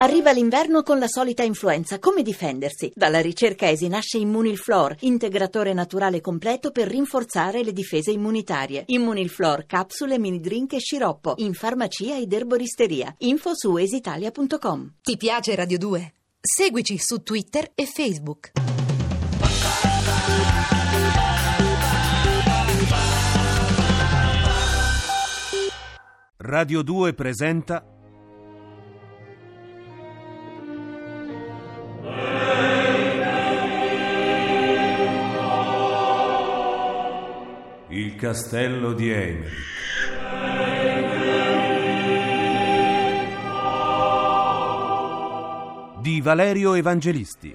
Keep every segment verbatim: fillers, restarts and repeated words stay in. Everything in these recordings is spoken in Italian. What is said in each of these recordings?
Arriva l'inverno con la solita influenza. Come difendersi? Dalla ricerca E S I nasce Immunilflor, integratore naturale completo per rinforzare le difese immunitarie. Immunilflor, capsule, mini drink e sciroppo. In farmacia ed erboristeria. Info su esitalia punto com. Ti piace Radio due? Seguici su Twitter e Facebook. Radio due presenta Il castello di Eymerich di Valerio Evangelisti.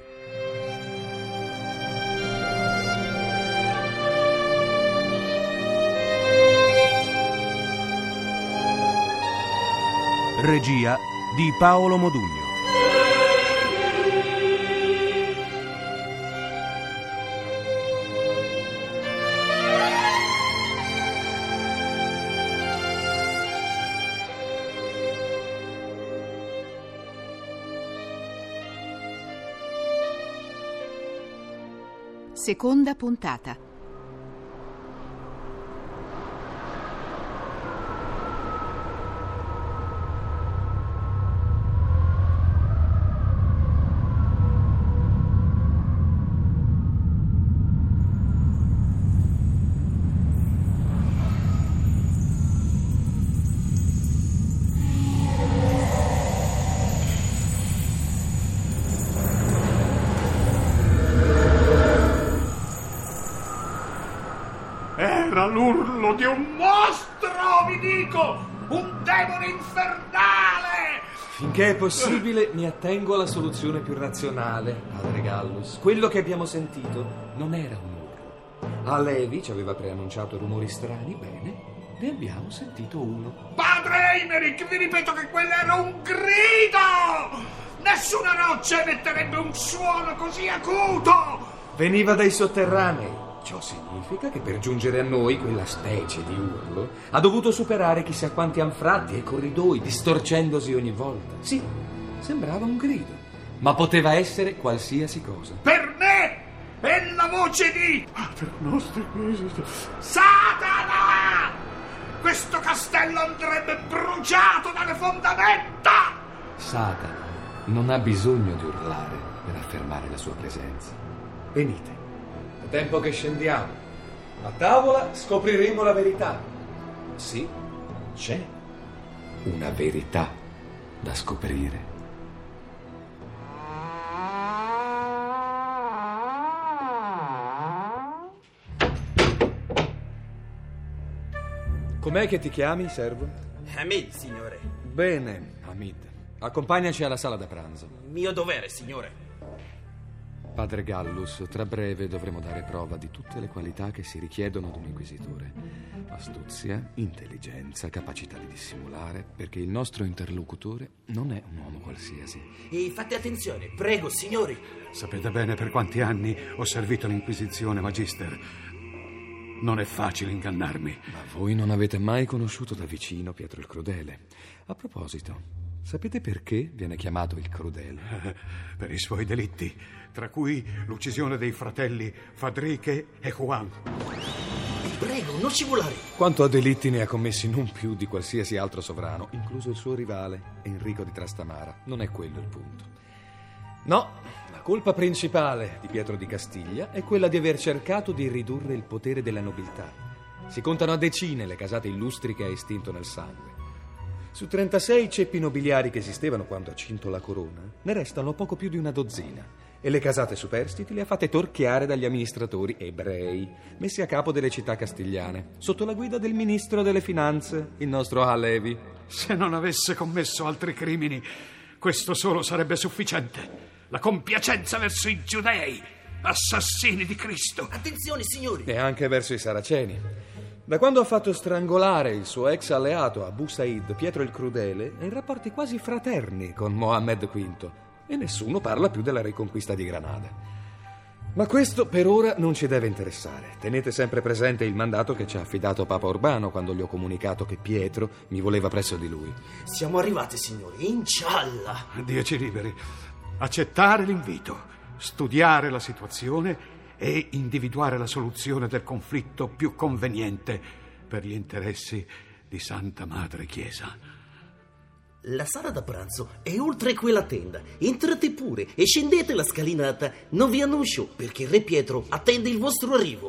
Regia di Paolo Modugno. Seconda puntata. Era l'urlo di un mostro, vi dico! Un demone infernale! Finché è possibile mi attengo alla soluzione più razionale, padre Gallus. Quello che abbiamo sentito non era un urlo. A Levi ci aveva preannunciato rumori strani, bene, ne abbiamo sentito uno. Padre Eymerich, vi ripeto che quello era un grido! Nessuna roccia emetterebbe un suono così acuto! Veniva dai sotterranei. Ciò significa che per giungere a noi quella specie di urlo ha dovuto superare chissà quanti anfratti e corridoi, distorcendosi ogni volta. Sì, sembrava un grido, ma poteva essere qualsiasi cosa. Per me è la voce di Pater Nostro Satana! Questo castello andrebbe bruciato dalle fondamenta! Satana non ha bisogno di urlare per affermare la sua presenza. Venite. È tempo che scendiamo. A tavola scopriremo la verità. Sì, c'è una verità da scoprire. Com'è che ti chiami, servo? Hamid, signore. Bene, Hamid. Accompagnaci alla sala da pranzo. Mio dovere, signore. Padre Gallus, tra breve dovremo dare prova di tutte le qualità che si richiedono ad un inquisitore. Astuzia, intelligenza, capacità di dissimulare, perché il nostro interlocutore non è un uomo qualsiasi. E fate attenzione, prego, signori. Sapete bene per quanti anni ho servito l'Inquisizione, Magister. Non è facile ingannarmi. Ma voi non avete mai conosciuto da vicino Pietro il Crudele. A proposito, sapete perché viene chiamato il Crudele? Eh, per i suoi delitti, tra cui l'uccisione dei fratelli Fadrique e Juan. Prego, non scivolare. Quanto a delitti ne ha commessi non più di qualsiasi altro sovrano, incluso il suo rivale, Enrico di Trastamara. Non è quello il punto. No, la colpa principale di Pietro di Castiglia è quella di aver cercato di ridurre il potere della nobiltà. Si contano a decine le casate illustri che ha estinto nel sangue. Su trentasei ceppi nobiliari che esistevano quando ha cinto la corona, ne restano poco più di una dozzina. E le casate superstiti le ha fatte torchiare dagli amministratori ebrei, messi a capo delle città castigliane, sotto la guida del ministro delle finanze, il nostro Halevi. Se non avesse commesso altri crimini, questo solo sarebbe sufficiente. La compiacenza verso i giudei, assassini di Cristo. Attenzione, signori. E anche verso i saraceni. Da quando ha fatto strangolare il suo ex alleato Abu Said, Pietro il Crudele, è in rapporti quasi fraterni con Mohammed quinto. E nessuno parla più della riconquista di Granada. Ma questo per ora non ci deve interessare. Tenete sempre presente il mandato che ci ha affidato Papa Urbano quando gli ho comunicato che Pietro mi voleva presso di lui. Siamo arrivati, signori, inshallah. Dio ci liberi. Accettare l'invito, studiare la situazione e individuare la soluzione del conflitto più conveniente per gli interessi di Santa Madre Chiesa. La sala da pranzo è oltre quella tenda. Entrate pure e scendete la scalinata. Non vi annuncio perché il re Pietro attende il vostro arrivo.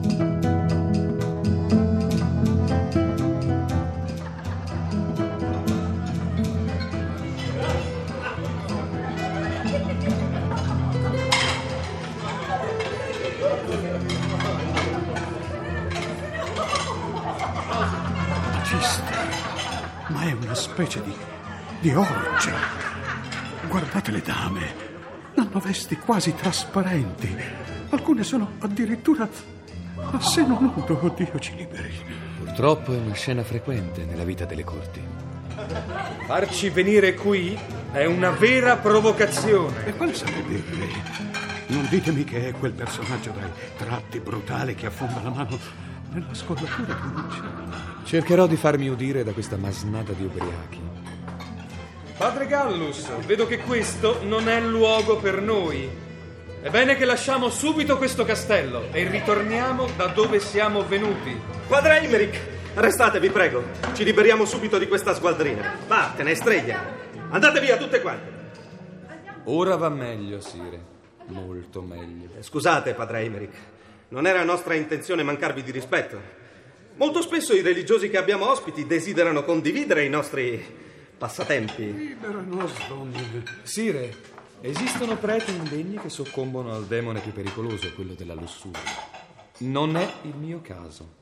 Ma è una specie di, di orgia. Guardate le dame. Hanno vesti quasi trasparenti. Alcune sono addirittura a seno nudo. Oh, Dio ci liberi. Purtroppo è una scena frequente nella vita delle corti. Farci venire qui è una vera provocazione. E quale sarebbe il re? Non ditemi che è quel personaggio dai tratti brutali che affonda la mano nella scollatura di un uccello. Cercherò di farmi udire da questa masnada di ubriachi. Padre Gallus, vedo che questo non è il luogo per noi. È bene che lasciamo subito questo castello e ritorniamo da dove siamo venuti. Padre Aymeric, restate, vi prego. Ci liberiamo subito di questa sgualdrina. Vattene, streglia. Andate via tutte quante. Ora va meglio, Sire. Molto meglio. Scusate, Padre Aymeric. Non era nostra intenzione mancarvi di rispetto. Molto spesso i religiosi che abbiamo ospiti desiderano condividere i nostri passatempi. Libera nos, Domine. Sire, esistono preti indegni che soccombono al demone più pericoloso, quello della lussuria. Non è il mio caso.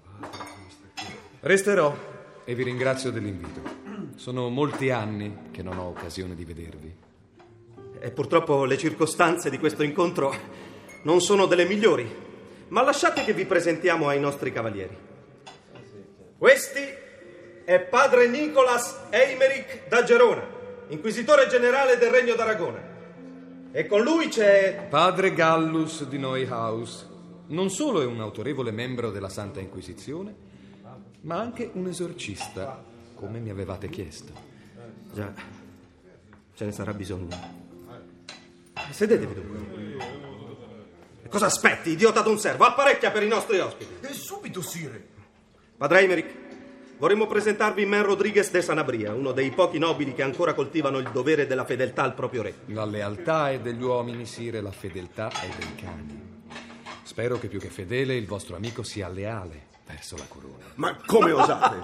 Resterò e vi ringrazio dell'invito. Sono molti anni che non ho occasione di vedervi. E purtroppo le circostanze di questo incontro non sono delle migliori, ma lasciate che vi presentiamo ai nostri cavalieri. Questi è padre Nicolas Aymeric da Gerona, inquisitore generale del Regno d'Aragona. E con lui c'è padre Gallus di Neuhaus. Non solo è un autorevole membro della Santa Inquisizione, ma anche un esorcista, come mi avevate chiesto. Già, ce ne sarà bisogno. Sedetevi dunque. Cosa aspetti, idiota d'un servo? Apparecchia per i nostri ospiti. E subito, sire. Padre Aymeric, vorremmo presentarvi Men Rodriguez de Sanabria, uno dei pochi nobili che ancora coltivano il dovere della fedeltà al proprio re. La lealtà è degli uomini, Sire, la fedeltà è dei cani. Spero che più che fedele il vostro amico sia leale verso la corona. Ma come osate?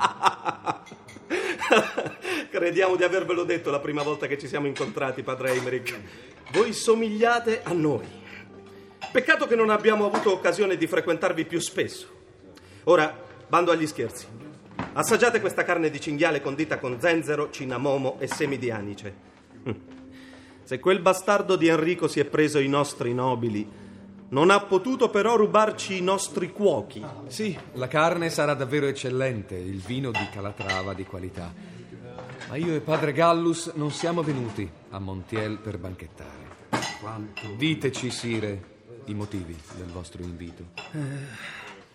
Crediamo di avervelo detto la prima volta che ci siamo incontrati, Padre Aymeric. Voi somigliate a noi. Peccato che non abbiamo avuto occasione di frequentarvi più spesso. Ora, bando agli scherzi. Assaggiate questa carne di cinghiale condita con zenzero, cinnamomo e semi di anice. Se quel bastardo di Enrico si è preso i nostri nobili, non ha potuto però rubarci i nostri cuochi. Sì, la carne sarà davvero eccellente, il vino di Calatrava di qualità. Ma io e padre Gallus non siamo venuti a Montiel per banchettare. Quanto... Diteci, Sire, i motivi del vostro invito. Eh...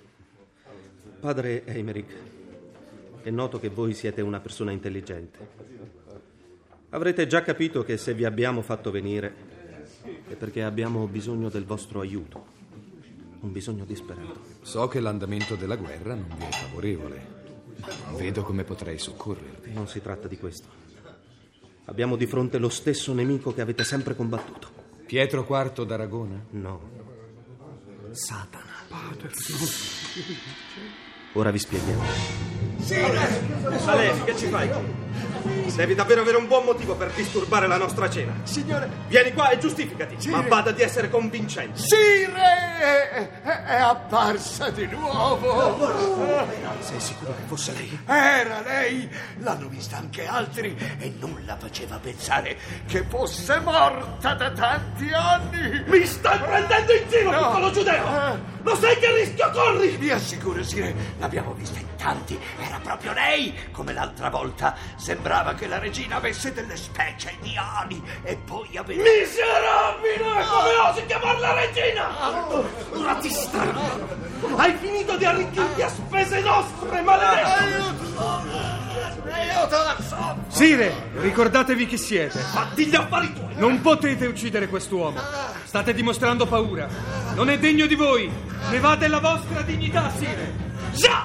Padre Aymeric, è noto che voi siete una persona intelligente. Avrete già capito che se vi abbiamo fatto venire è perché abbiamo bisogno del vostro aiuto. Un bisogno disperato. So che l'andamento della guerra non vi è favorevole, ma non vedo come potrei soccorrervi. Non si tratta di questo. Abbiamo di fronte lo stesso nemico che avete sempre combattuto. Pietro quarto d'Aragona? No. Satana. Padre, non... Ora vi spieghiamo. Sire! Salesi, che ci fai qui? Devi davvero avere un buon motivo per disturbare la nostra cena. Signore! Vieni qua e giustificati, Sire. ma bada di essere convincente. Sire! È, è apparsa di nuovo! Sei sicuro che fosse lei? Era lei! L'hanno vista anche altri e nulla faceva pensare che fosse morta da tanti anni! Mi stai prendendo in giro, No. piccolo giudeo! Eh. Lo sai che rischio corri? Vi assicuro, Sire, l'abbiamo vista in tanti. Era proprio lei, come l'altra volta. Sembrava che la regina avesse delle specie di ali e poi aveva... Miserabile! Come osi chiamarla regina? Ora ti sta... Hai finito di arricchirti a spese nostre, maledetto! Sire, ricordatevi chi siete. Fatti gli affari tuoi! Non potete uccidere quest'uomo. State dimostrando paura. Non è degno di voi. Ne va della vostra dignità, Sire. Già!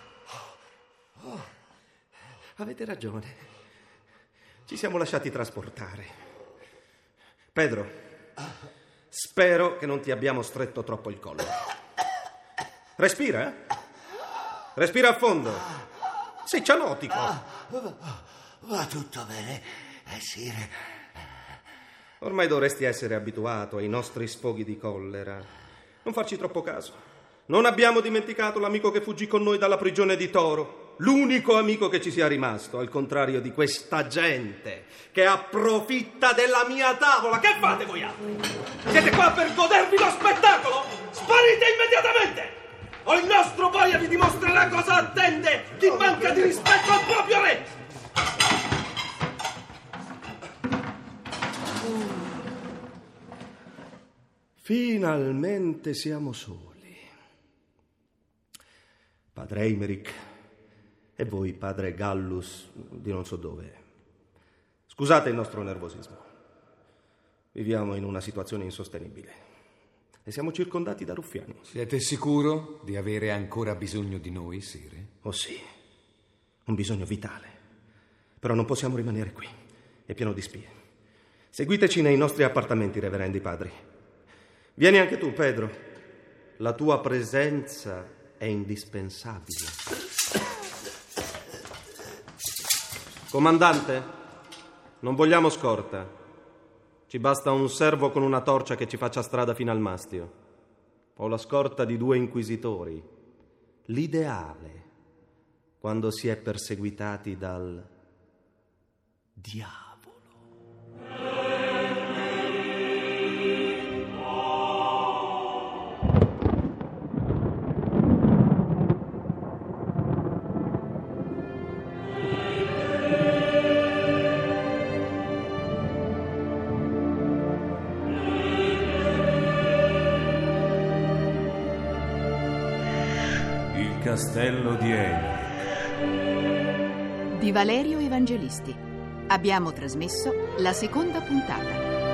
Avete ragione. Ci siamo lasciati trasportare. Pedro, spero che non ti abbiamo stretto troppo il collo. Respira, eh? Respira a fondo. Sei cianotico. Va, va tutto bene, eh, Sire. Ormai dovresti essere abituato ai nostri sfoghi di collera. Non farci troppo caso. Non abbiamo dimenticato l'amico che fuggì con noi dalla prigione di Toro. L'unico amico che ci sia rimasto, al contrario di questa gente che approfitta della mia tavola. Che fate voi altri? Siete qua per godervi lo spettacolo? Sparite immediatamente! O il nostro boia vi dimostrerà cosa attende chi manca di rispetto al proprio re! Finalmente siamo soli. Padre Eimerick e voi, padre Gallus, di non so dove. Scusate il nostro nervosismo. Viviamo in una situazione insostenibile e siamo circondati da ruffiani. Siete sicuro di avere ancora bisogno di noi, Sire? Oh sì, un bisogno vitale. Però non possiamo rimanere qui. È pieno di spie. Seguiteci nei nostri appartamenti, reverendi padri. Vieni anche tu, Pedro. La tua presenza è indispensabile. Comandante, non vogliamo scorta. Ci basta un servo con una torcia che ci faccia strada fino al mastio. Ho la scorta di due inquisitori. L'ideale quando si è perseguitati dal diavolo. Castello di Eimerick di Valerio Evangelisti. Abbiamo trasmesso la seconda puntata.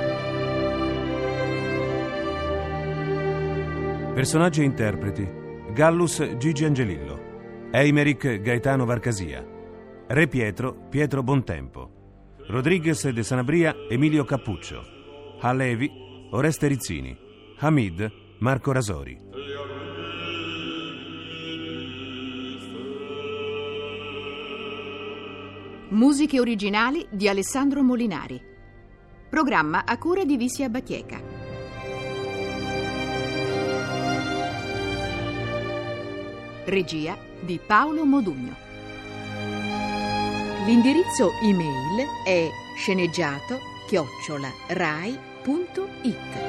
Personaggi e interpreti: Gallus Gigi Angelillo, Eimerick Gaetano Varcasia, Re Pietro Pietro Bontempo, Rodriguez de Sanabria Emilio Cappuccio, Halevi Oreste Rizzini, Hamid Marco Rasori. Musiche originali di Alessandro Molinari. Programma a cura di Vissia Bacheca. Regia di Paolo Modugno. L'indirizzo email è sceneggiato chiocciola rai punto it.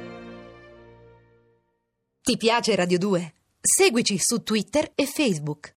Ti piace Radio due? Seguici su Twitter e Facebook.